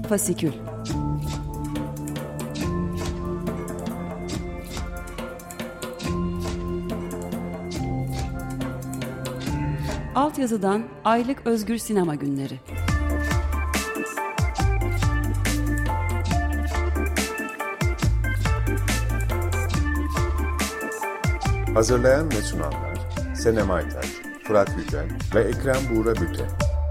Fasikül. Altyazıdan Aylık Özgür Sinema Günleri. Hazırlayan ve sunanlar Senem Aytaç, Fırat Yücel ve Ekrem Buğra Büte.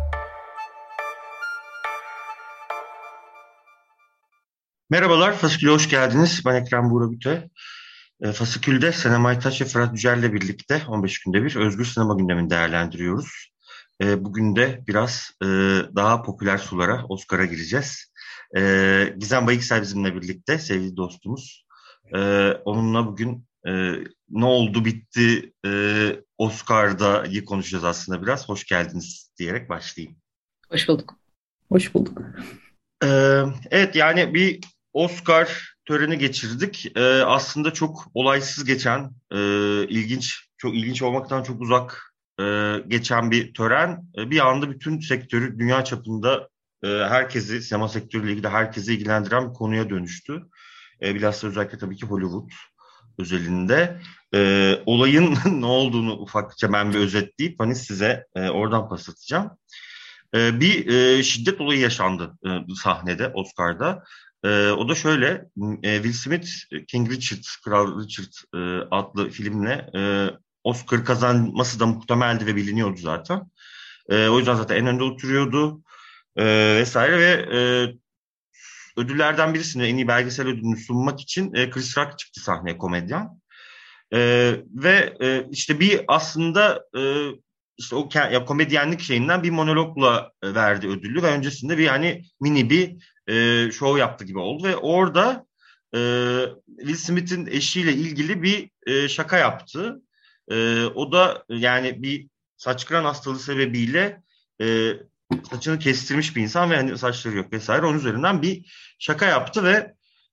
Merhabalar, Fasikül'e hoş geldiniz. Ben Ekrem Buğra Büte. Fasikül'de Senem Aytaç ve Fırat Yücel'le birlikte 15 günde bir özgür sinema gündemini değerlendiriyoruz. Bugün de biraz daha popüler sulara, Oscar'a gireceğiz. Gizem Bayıksel bizimle birlikte, sevgili dostumuz. Onunla bugün ne oldu bitti Oscar'da'yı konuşacağız aslında biraz. Hoş geldiniz diyerek başlayayım. Hoş bulduk. Hoş bulduk. Evet, yani bir Oscar töreni geçirdik. Aslında çok olaysız geçen, çok ilginç olmaktan çok uzak geçen bir tören. Bir anda bütün sektörü dünya çapında herkesi, sinema sektörüyle ilgili herkesi ilgilendiren bir konuya dönüştü. Bilhassa özellikle tabii ki Hollywood özelinde. Olayın ne olduğunu ufakça ben bir özetleyip hani size oradan pas atacağım. Bir şiddet olayı yaşandı sahnede, Oscar'da. O da şöyle, Will Smith, King Richard, Kral Richard adlı filmle Oscar kazanması da muhtemeldi ve biliniyordu zaten. O yüzden zaten en önde oturuyordu vesaire ve ödüllerden birisini, en iyi belgesel ödülünü sunmak için Chris Rock çıktı sahneye, komedyen. Ve işte bir aslında işte o komedyenlik şeyinden bir monologla verdi ödülü ve öncesinde bir hani mini bir şov yaptı gibi oldu ve orada Will Smith'in eşiyle ilgili bir şaka yaptı. O da yani bir saç kıran hastalığı sebebiyle saçını kestirmiş bir insan ve hani saçları yok vesaire. Onun üzerinden bir şaka yaptı ve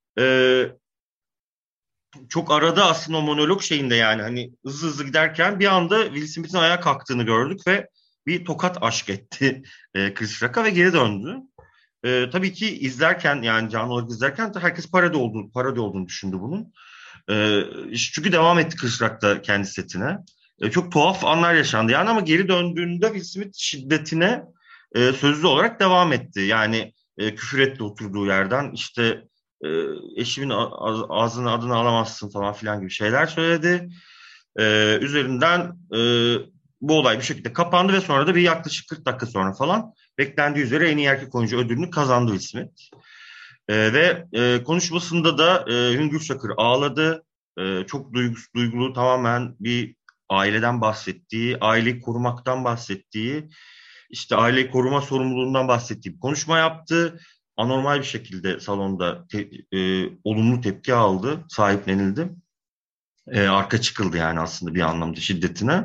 çok arada aslında o monolog şeyinde, yani hani hızlı hızlı giderken bir anda Will Smith'in ayağa kalktığını gördük ve bir tokat aşk etti Chris Rock'a ve geri döndü. Tabii ki izlerken, yani canlı olarak izlerken herkes parodi olduğunu düşündü bunun. Çünkü devam etti Chris Rock da kendi setine. Çok tuhaf anlar yaşandı yani, ama geri döndüğünde Will Smith şiddetine sözlü olarak devam etti. Yani küfür etti oturduğu yerden, işte eşimin ağzına adını alamazsın falan filan gibi şeyler söyledi. Üzerinden bu olay bir şekilde kapandı ve sonra da bir yaklaşık 40 dakika sonra falan beklendiği üzere en iyi erkek oyuncu ödülünü kazandı Will Smith. Ve konuşmasında da Hüngür Şakır ağladı. Çok duygulu, tamamen bir aileden bahsettiği, aileyi korumaktan bahsettiği, işte aileyi koruma sorumluluğundan bahsettiği bir konuşma yaptı. Anormal bir şekilde salonda olumlu tepki aldı, sahiplenildi. Arka çıkıldı yani aslında bir anlamda şiddetine.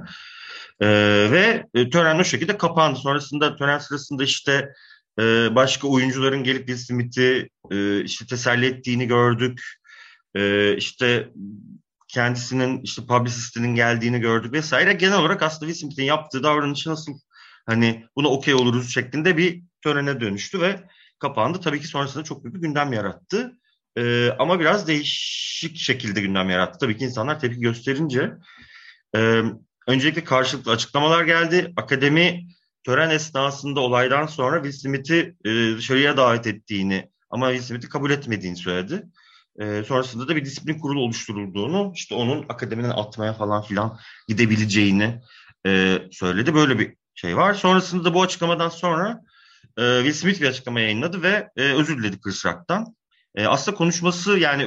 Ve tören o şekilde kapandı. Sonrasında tören sırasında işte başka oyuncuların gelip Will Smith'i işte teselli ettiğini gördük. İşte kendisinin işte publicistinin geldiğini gördük vesaire. Genel olarak aslında Will Smith'in yaptığı davranışı nasıl, hani buna okey oluruz şeklinde bir törene dönüştü ve kapandı. Tabii ki sonrasında çok büyük bir gündem yarattı. Ama biraz değişik şekilde gündem yarattı. Tabii ki insanlar tepki gösterince. Öncelikle karşılıklı açıklamalar geldi. Akademi tören esnasında olaydan sonra Will Smith'i dışarıya davet ettiğini ama Will Smith'i kabul etmediğini söyledi. Sonrasında da bir disiplin kurulu oluşturulduğunu, işte onun akademiden atmaya falan filan gidebileceğini söyledi. Böyle bir şey var. Sonrasında da bu açıklamadan sonra Will Smith bir açıklama yayınladı ve özür diledi Chris Rock'tan. Aslında konuşması, yani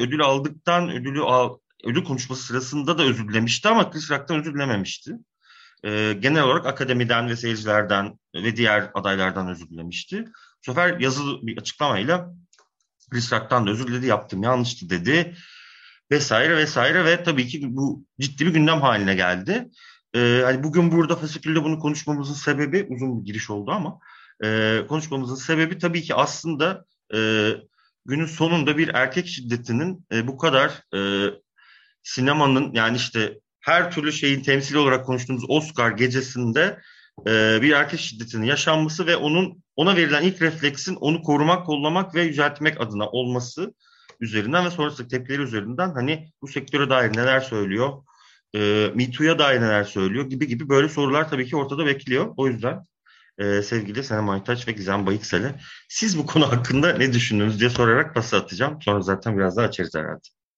ödül konuşması sırasında da özür dilemişti ama Chris Rock'tan özür dilememişti. Genel olarak akademiden ve seyircilerden ve diğer adaylardan özür dilemişti. Bu sefer yazılı bir açıklamayla Chris Rock'tan da özür diledi, yaptım yanlıştı dedi vesaire vesaire ve tabii ki bu ciddi bir gündem haline geldi. Hani bugün burada Fasikül'de bunu konuşmamızın sebebi, uzun bir giriş oldu ama konuşmamızın sebebi tabii ki aslında günün sonunda bir erkek şiddetinin bu kadar sinemanın, yani işte her türlü şeyin temsili olarak konuştuğumuz Oscar gecesinde bir erkek şiddetinin yaşanması ve ona verilen ilk refleksin onu korumak, kollamak ve yüceltmek adına olması üzerinden ve sonrasındaki tepkileri üzerinden hani bu sektöre dair neler söylüyor, Me Too'ya dair neler söylüyor gibi böyle sorular tabii ki ortada bekliyor. O yüzden sevgili Senem Aytaç ve Gizem Bayıksel'e siz bu konu hakkında ne düşündünüz diye sorarak pası atacağım. Sonra zaten biraz daha açarız herhalde.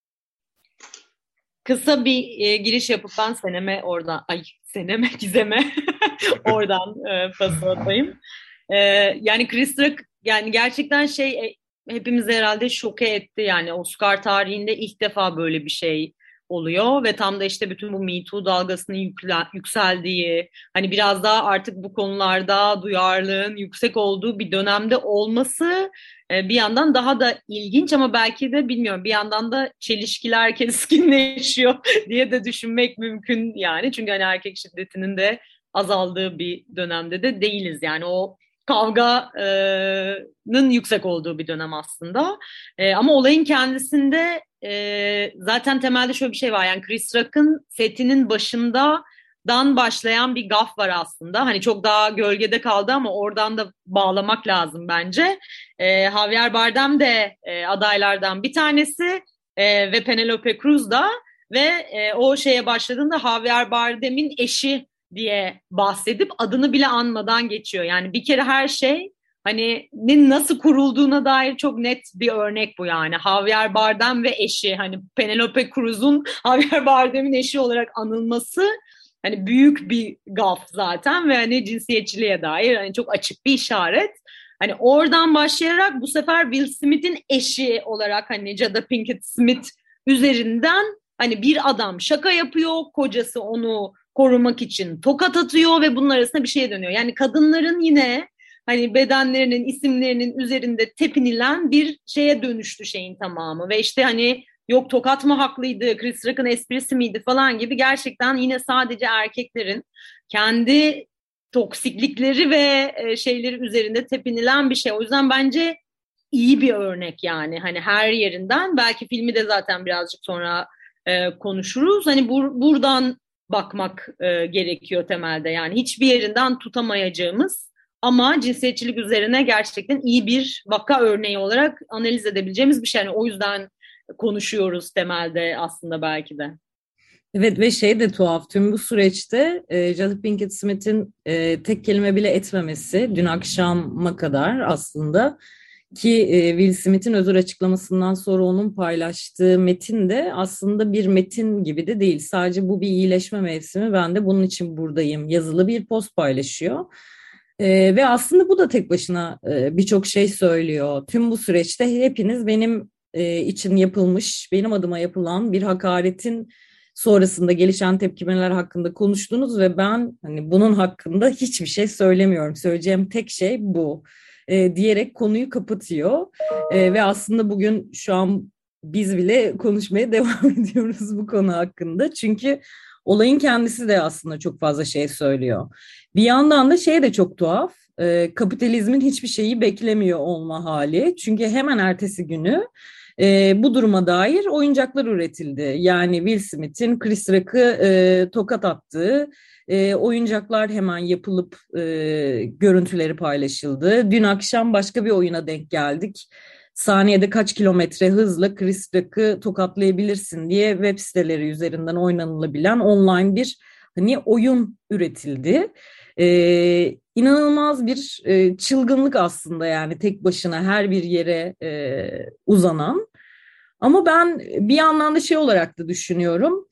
Kısa bir giriş yapıp ben Gizem'e oradan pası atayım. Yani Chris Rock yani gerçekten hepimizi herhalde şoke etti. Yani Oscar tarihinde ilk defa böyle bir şey oluyor ve tam da işte bütün bu Me Too dalgasının yükseldiği, hani biraz daha artık bu konularda duyarlılığın yüksek olduğu bir dönemde olması bir yandan daha da ilginç ama belki de bilmiyorum bir yandan da çelişkiler keskinleşiyor diye de düşünmek mümkün yani. Çünkü hani erkek şiddetinin de azaldığı bir dönemde de değiliz yani o kavganın yüksek olduğu bir dönem aslında. Ama olayın kendisinde zaten temelde şöyle bir şey var. Yani Chris Rock'ın setinin başından başlayan bir gaf var aslında. Hani çok daha gölgede kaldı ama oradan da bağlamak lazım bence. Javier Bardem de adaylardan bir tanesi ve Penelope Cruz da ve o şeye başladığında Javier Bardem'in eşi diye bahsedip adını bile anmadan geçiyor. Yani bir kere her şey hani nasıl kurulduğuna dair çok net bir örnek bu yani. Javier Bardem ve eşi hani Penelope Cruz'un Javier Bardem'in eşi olarak anılması hani büyük bir gaf zaten ve hani cinsiyetçiliğe dair hani çok açık bir işaret. Hani oradan başlayarak bu sefer Will Smith'in eşi olarak hani Jada Pinkett Smith üzerinden hani bir adam şaka yapıyor, kocası onu korumak için tokat atıyor ve bunun arasında bir şeye dönüyor. Yani kadınların yine hani bedenlerinin, isimlerinin üzerinde tepinilen bir şeye dönüştü şeyin tamamı. Ve işte hani yok tokat mı haklıydı, Chris Rock'ın esprisi miydi falan gibi gerçekten yine sadece erkeklerin kendi toksiklikleri ve şeyleri üzerinde tepinilen bir şey. O yüzden bence iyi bir örnek yani hani her yerinden. Belki filmi de zaten birazcık sonra konuşuruz. Hani buradan bakmak gerekiyor temelde. Yani hiçbir yerinden tutamayacağımız ama cinsiyetçilik üzerine gerçekten iyi bir vaka örneği olarak analiz edebileceğimiz bir şey. Yani o yüzden konuşuyoruz temelde aslında belki de. Evet ve şey de tuhaf tüm bu süreçte Jada Pinkett Smith'in tek kelime bile etmemesi dün akşama kadar aslında ki Will Smith'in özür açıklamasından sonra onun paylaştığı metin de aslında bir metin gibi de değil. Sadece bu bir iyileşme mevsimi ben de bunun için buradayım yazılı bir post paylaşıyor. Ve aslında bu da tek başına birçok şey söylüyor. Tüm bu süreçte hepiniz benim için yapılmış, benim adıma yapılan bir hakaretin sonrasında gelişen tepkimeler hakkında konuştunuz ve ben hani bunun hakkında hiçbir şey söylemiyorum. Söyleyeceğim tek şey bu diyerek konuyu kapatıyor. Ve aslında bugün şu an biz bile konuşmaya devam ediyoruz bu konu hakkında. Çünkü olayın kendisi de aslında çok fazla şey söylüyor. Bir yandan da şey de çok tuhaf. Kapitalizmin hiçbir şeyi beklemiyor olma hali. Çünkü hemen ertesi günü bu duruma dair oyuncaklar üretildi. Yani Will Smith'in Chris Rock'ı tokat attığı oyuncaklar hemen yapılıp görüntüleri paylaşıldı. Dün akşam başka bir oyuna denk geldik. Saniyede kaç kilometre hızla Chris Rock'ı tokatlayabilirsin diye web siteleri üzerinden oynanılabilen online bir hani oyun üretildi. İnanılmaz bir çılgınlık aslında yani tek başına her bir yere uzanan. Ama ben bir yandan da şey olarak da düşünüyorum.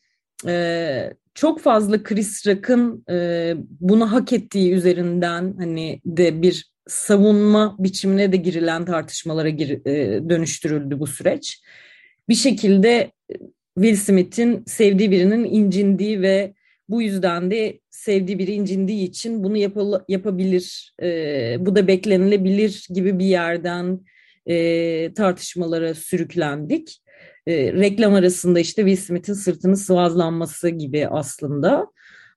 Çok fazla Chris Rock'ın bunu hak ettiği üzerinden hani de bir savunma biçimine de girilen tartışmalara dönüştürüldü bu süreç. Bir şekilde Will Smith'in sevdiği birinin incindiği ve bu yüzden de sevdiği biri incindiği için bunu yapabilir, bu da beklenilebilir gibi bir yerden tartışmalara sürüklendik. Reklam arasında işte Will Smith'in sırtının sıvazlanması gibi aslında.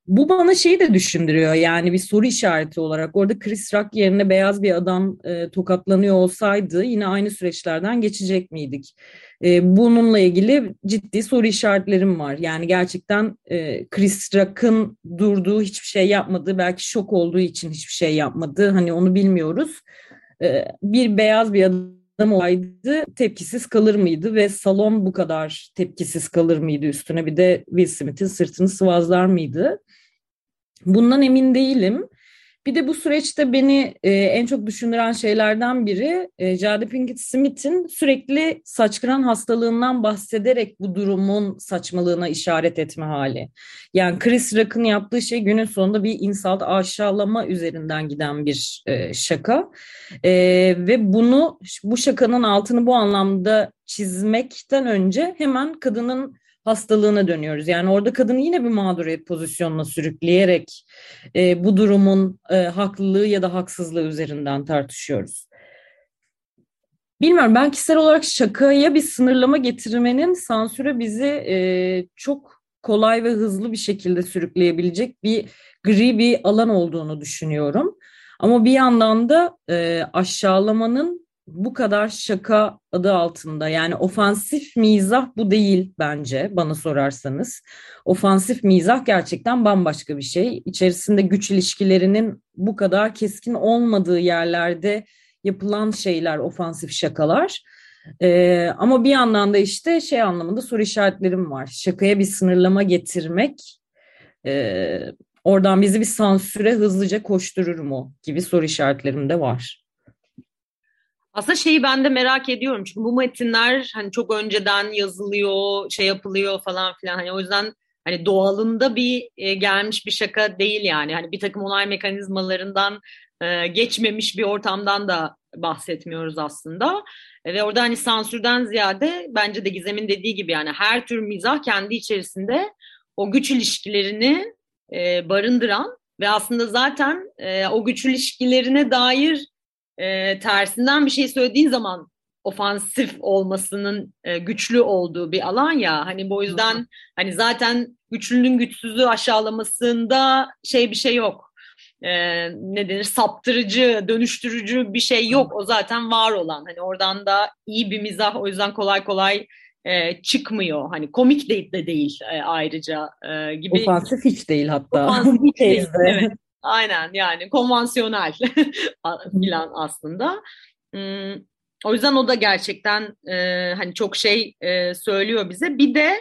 Bu bana şeyi de düşündürüyor, yani bir soru işareti olarak. Orada Chris Rock yerine beyaz bir adam tokatlanıyor olsaydı yine aynı süreçlerden geçecek miydik? Bununla ilgili ciddi soru işaretlerim var. Yani gerçekten Chris Rock'ın durduğu, hiçbir şey yapmadığı, belki şok olduğu için hiçbir şey yapmadığı, hani onu bilmiyoruz. Bir beyaz bir adam olaydı tepkisiz kalır mıydı ve salon bu kadar tepkisiz kalır mıydı, üstüne bir de Will Smith'in sırtını sıvazlar mıydı? Bundan emin değilim. Bir de bu süreçte beni en çok düşündüren şeylerden biri Jada Pinkett Smith'in sürekli saç kıran hastalığından bahsederek bu durumun saçmalığına işaret etme hali. Yani Chris Rock'ın yaptığı şey günün sonunda bir insult, aşağılama üzerinden giden bir şaka. Ve bu şakanın altını bu anlamda çizmekten önce hemen kadının hastalığına dönüyoruz. Yani orada kadını yine bir mağduriyet pozisyonuna sürükleyerek bu durumun haklılığı ya da haksızlığı üzerinden tartışıyoruz. Bilmiyorum, ben kişisel olarak şakaya bir sınırlama getirmenin sansüre bizi çok kolay ve hızlı bir şekilde sürükleyebilecek bir gri bir alan olduğunu düşünüyorum. Ama bir yandan da aşağılamanın bu kadar şaka adı altında, yani ofansif mizah bu değil bence, bana sorarsanız. Ofansif mizah gerçekten bambaşka bir şey. İçerisinde güç ilişkilerinin bu kadar keskin olmadığı yerlerde yapılan şeyler ofansif şakalar. Ama bir yandan da işte şey anlamında soru işaretlerim var. Şakaya bir sınırlama getirmek oradan bizi bir sansüre hızlıca koşturur mu gibi soru işaretlerim de var. Aslında şeyi ben de merak ediyorum, çünkü bu metinler hani çok önceden yazılıyor, şey yapılıyor falan filan, hani o yüzden hani doğalında bir gelmiş bir şaka değil yani. Hani bir takım onay mekanizmalarından geçmemiş bir ortamdan da bahsetmiyoruz aslında. Ve orada hani sansürden ziyade bence de Gizem'in dediği gibi yani her tür mizah kendi içerisinde o güç ilişkilerini barındıran ve aslında zaten o güç ilişkilerine dair tersinden bir şey söylediğin zaman ofansif olmasının güçlü olduğu bir alan ya, hani bu yüzden hani zaten güçlünün güçsüzü aşağılamasında bir şey yok. Ne denir, saptırıcı, dönüştürücü bir şey yok, o zaten var olan, hani oradan da iyi bir mizah o yüzden kolay kolay çıkmıyor, hani komik de değil ayrıca gibi. Ofansif hiç değil hatta. Ofansif hiç değil, evet. Aynen, yani konvansiyonel filan aslında. O yüzden o da gerçekten hani çok şey söylüyor bize. Bir de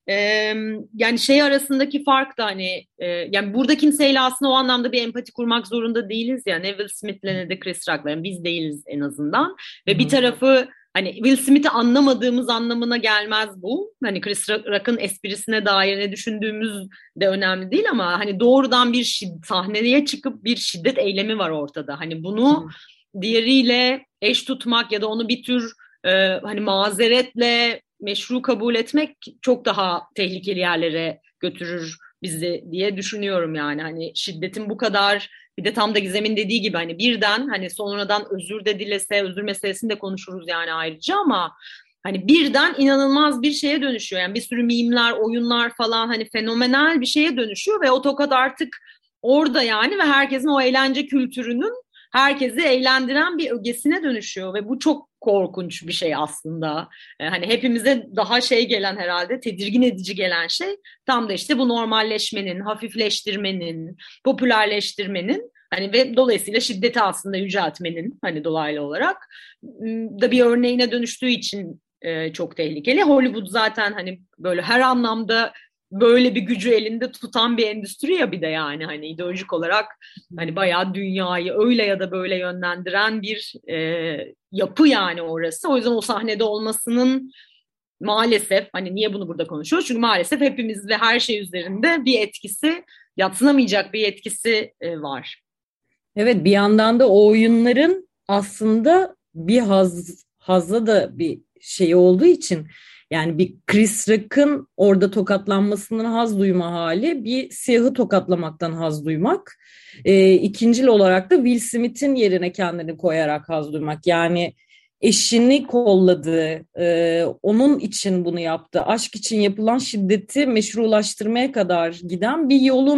yani şey arasındaki fark da hani yani burada kimseyle aslında o anlamda bir empati kurmak zorunda değiliz ya. Ne Will Smith'le ne de Chris Rock'la, yani biz değiliz en azından. Ve bir tarafı hani Will Smith'i anlamadığımız anlamına gelmez bu. Hani Chris Rock'ın esprisine dair ne düşündüğümüz de önemli değil ama hani doğrudan bir sahneye çıkıp bir şiddet eylemi var ortada. Hani bunu diğeriyle eş tutmak ya da onu bir tür hani mazeretle meşru kabul etmek çok daha tehlikeli yerlere götürür bizi diye düşünüyorum yani. Hani şiddetin bu kadar, bir de tam da Gizem'in dediği gibi hani birden hani sonradan özür de dilese, özür meselesini de konuşuruz yani ayrıca, ama hani birden inanılmaz bir şeye dönüşüyor. Yani bir sürü mimler, oyunlar falan hani fenomenal bir şeye dönüşüyor ve o tokat artık orada yani ve herkesin o eğlence kültürünün herkesi eğlendiren bir ögesine dönüşüyor ve bu çok korkunç bir şey aslında. Hani hepimize daha şey gelen, herhalde tedirgin edici gelen şey tam da işte bu normalleşmenin, hafifleştirmenin, popülerleştirmenin hani ve dolayısıyla şiddeti aslında yüceltmenin hani dolaylı olarak da bir örneğine dönüştüğü için çok tehlikeli. Hollywood zaten hani böyle her anlamda böyle bir gücü elinde tutan bir endüstri ya, bir de yani hani ideolojik olarak hani bayağı dünyayı öyle ya da böyle yönlendiren bir yapı yani orası. O yüzden o sahnede olmasının maalesef, hani niye bunu burada konuşuyoruz? Çünkü maalesef hepimiz ve her şey üzerinde bir etkisi, yadsınamayacak bir etkisi var. Evet, bir yandan da o oyunların aslında bir hazla da bir şey olduğu için, yani bir Chris Rock'ın orada tokatlanmasından haz duyma hali, bir siyahı tokatlamaktan haz duymak. İkincil olarak da Will Smith'in yerine kendini koyarak haz duymak. Yani eşini kolladı, onun için bunu yaptı. Aşk için yapılan şiddeti meşrulaştırmaya kadar giden bir yolun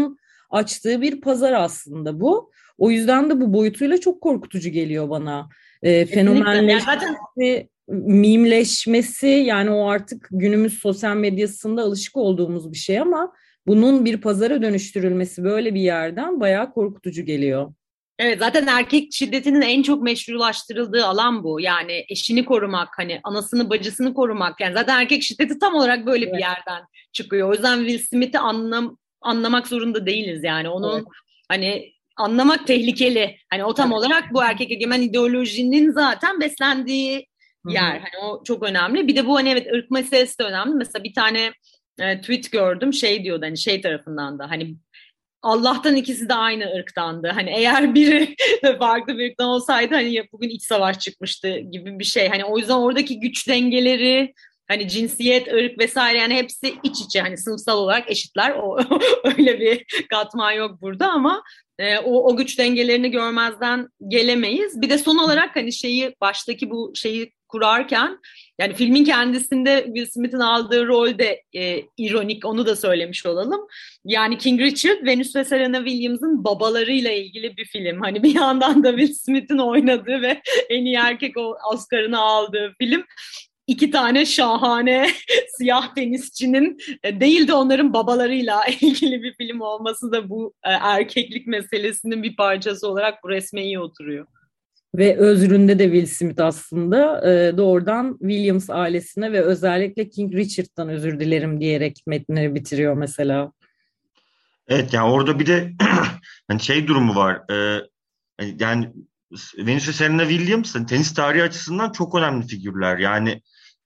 açtığı bir pazar aslında bu. O yüzden de bu boyutuyla çok korkutucu geliyor bana. Fenomenleşmesi, mimleşmesi, yani o artık günümüz sosyal medyasında alışık olduğumuz bir şey ama bunun bir pazara dönüştürülmesi böyle bir yerden bayağı korkutucu geliyor. Evet, zaten erkek şiddetinin en çok meşrulaştırıldığı alan bu. Yani eşini korumak, hani anasını bacısını korumak. Yani zaten erkek şiddeti tam olarak böyle bir yerden çıkıyor. O yüzden Will Smith'i anlamak zorunda değiliz yani. Onun hani anlamak tehlikeli. Hani o tam olarak bu erkek egemen ideolojinin zaten beslendiği yer. Hani o çok önemli. Bir de bu hani evet ırk meselesi de önemli. Mesela bir tane tweet gördüm, şey diyordu hani şey tarafından da hani Allah'tan ikisi de aynı ırktandı. Hani eğer biri farklı bir ırktan olsaydı hani bugün iç savaş çıkmıştı gibi bir şey. Hani o yüzden oradaki güç dengeleri, hani cinsiyet, ırk vesaire yani hepsi iç içe, hani sınıfsal olarak eşitler. O öyle bir katman yok burada ama o güç dengelerini görmezden gelemeyiz. Bir de son olarak hani baştaki bu şeyi kurarken yani filmin kendisinde Will Smith'in aldığı rol de ironik, onu da söylemiş olalım. Yani King Richard, Venus ve Serena Williams'ın babalarıyla ilgili bir film. Hani bir yandan da Will Smith'in oynadığı ve en iyi erkek Oscar'ını aldığı film. İki tane şahane siyah tenisçinin değil de onların babalarıyla ilgili bir film olması da bu erkeklik meselesinin bir parçası olarak bu resme iyi oturuyor. Ve özründe de Will Smith aslında doğrudan Williams ailesine ve özellikle King Richard'dan özür dilerim diyerek metnleri bitiriyor mesela. Evet, yani orada bir de hani şey durumu var. Yani Venus ve Serena Williams tenis tarihi açısından çok önemli figürler. Yani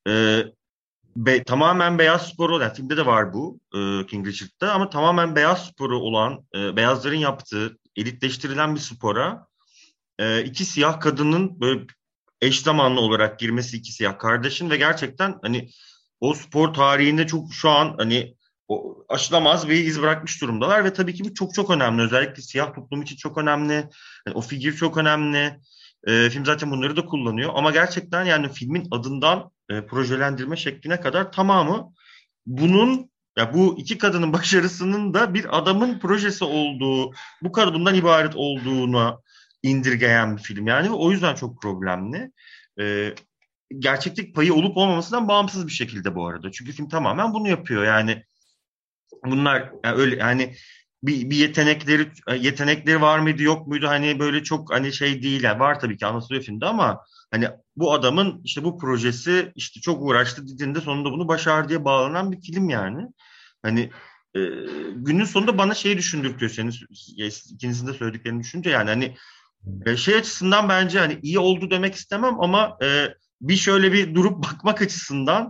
tamamen beyaz sporu olan, filmde de var bu King Richard'da, ama tamamen beyaz sporu olan, beyazların yaptığı, elitleştirilen bir spora iki siyah kadının böyle eş zamanlı olarak girmesi, iki siyah kardeşin, ve gerçekten hani o spor tarihinde çok şu an hani o aşılamaz bir iz bırakmış durumdalar ve tabii ki bu çok çok önemli. Özellikle siyah toplum için çok önemli. Yani o figür çok önemli. Film zaten bunları da kullanıyor ama gerçekten yani filmin adından projelendirme şekline kadar tamamı bunun, ya bu iki kadının başarısının da bir adamın projesi olduğu, bu kadar bundan ibaret olduğuna indirgeyen bir film yani, ve o yüzden çok problemli. Gerçeklik payı olup olmamasından bağımsız bir şekilde bu arada. Çünkü film tamamen bunu yapıyor. Yani bunlar yani öyle yani bir yetenekleri var mıydı yok muydu, hani böyle çok hani şey değil yani, var tabii ki anlatılıyor filmde ama hani bu adamın işte bu projesi işte çok uğraştı dediğinde sonunda bunu başardı diye bağlanan bir film yani. Hani e, günün sonunda bana şeyi düşündürtüyor, senin ikinizin de söylediklerini düşününce yani hani şey açısından bence hani iyi oldu demek istemem ama bir şöyle bir durup bakmak açısından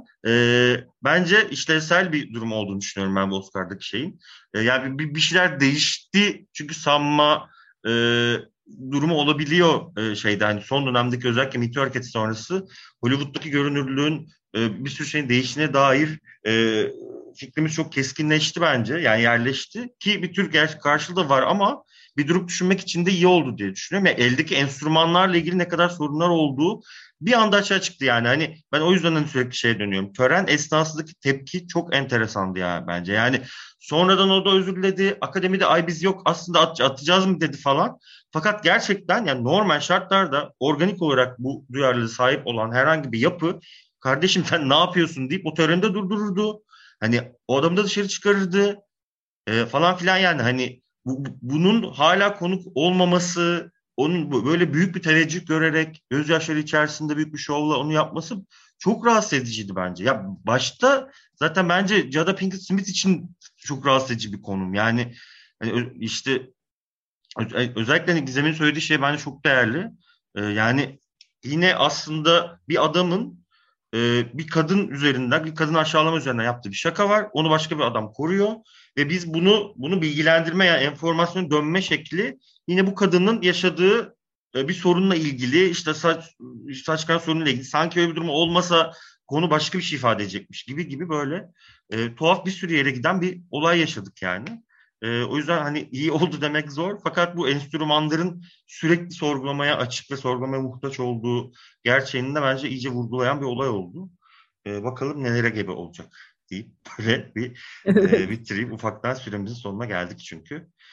bence işlevsel bir durum olduğunu düşünüyorum ben bu Oscar'daki şeyin. Yani bir şeyler değişti çünkü sanma e, durumu olabiliyor şeyde, hani son dönemdeki özellikle Me Too hareketi sonrası Hollywood'daki görünürlüğün bir sürü şeyin değiştiğine dair fikrimiz çok keskinleşti bence, yani yerleşti ki bir tür karşılığı da var ama bir durup düşünmek için de iyi oldu diye düşünüyorum. Yani eldeki enstrümanlarla ilgili ne kadar sorunlar olduğu bir anda açığa çıktı yani. Hani ben o yüzden hani sürekli şeye dönüyorum. Tören esnasındaki tepki çok enteresandı ya bence. Yani sonradan o da özür diledi. Akademide ay biz yok aslında atacağız mı dedi falan. Fakat gerçekten yani normal şartlarda organik olarak bu duyarlılığı sahip olan herhangi bir yapı, kardeşim sen ne yapıyorsun deyip o töreni de durdururdu. Hani o adamı da dışarı çıkarırdı falan filan yani hani bunun hala konuk olmaması, onun böyle büyük bir teveccüh görerek gözyaşları içerisinde büyük bir şovla onu yapması çok rahatsız ediciydi bence. Ya başta zaten bence Jada Pinkett Smith için çok rahatsız edici bir konum. Yani hani işte özellikle hani Gizem'in söylediği şey bence çok değerli. Yani yine aslında bir adamın bir kadın üzerinden, bir kadın aşağılama üzerinden yaptığı bir şaka var. Onu başka bir adam koruyor ve biz bunu bilgilendirme, yani enformasyon dönme şekli yine bu kadının yaşadığı bir sorunla ilgili, işte saç kan sorunuyla ilgili, sanki öyle bir durum olmasa konu başka bir şey ifade edecekmiş gibi böyle tuhaf bir sürü yere giden bir olay yaşadık yani. O yüzden hani iyi oldu demek zor. Fakat bu enstrümanların sürekli sorgulamaya açık ve sorgulamaya muhtaç olduğu gerçeğini de bence iyice vurgulayan bir olay oldu. Bakalım nelere gebe olacak deyip böyle bir bitireyim. Ufaktan süremizin sonuna geldik çünkü.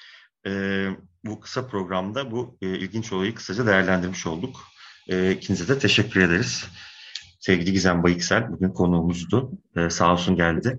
bu kısa programda bu ilginç olayı kısaca değerlendirmiş olduk. İkinize de teşekkür ederiz. Sevgili Gizem Bayıksel bugün konuğumuzdu. Sağ olsun geldi.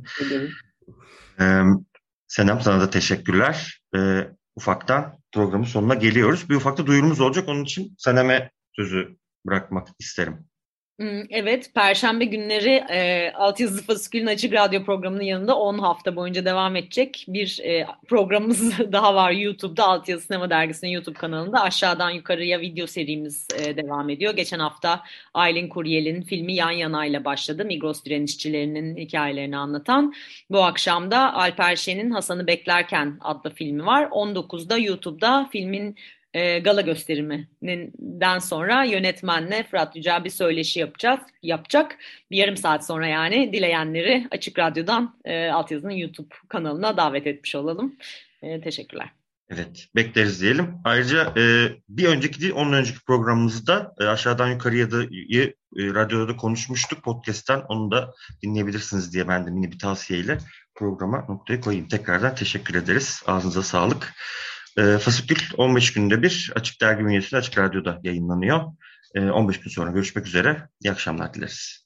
Senem, sana da teşekkürler. Ufaktan programın sonuna geliyoruz. Bir ufakta duyurumuz olacak. Onun için Senem'e sözü bırakmak isterim. Evet, Perşembe günleri Altyazı Fasikül'ün Açık Radyo programının yanında 10 hafta boyunca devam edecek bir programımız daha var YouTube'da. Altyazı Sinema Dergisi'nin YouTube kanalında aşağıdan yukarıya video serimiz devam ediyor. Geçen hafta Aylin Kuryel'in filmi Yan Yana ile başladı. Migros direnişçilerinin hikayelerini anlatan. Bu akşam da Alper Şen'in Hasan'ı Beklerken adlı filmi var. 19'da YouTube'da filmin gala gösteriminden sonra yönetmenle Fırat Yücel bir söyleşi yapacak. Bir yarım saat sonra yani dileyenleri Açık Radyo'dan Altyazı'nın YouTube kanalına davet etmiş olalım. Teşekkürler. Evet, bekleriz diyelim. Ayrıca bir önceki değil, onun önceki programımızda aşağıdan yukarıya da radyoda da konuşmuştuk podcast'ten. Onu da dinleyebilirsiniz diye ben de mini bir tavsiyeyle programa noktayı koyayım. Tekrardan teşekkür ederiz. Ağzınıza sağlık. Fasikül 15 günde bir Açık Dergi bünyesinde Açık Radyo'da yayınlanıyor. 15 gün sonra görüşmek üzere. İyi akşamlar dileriz.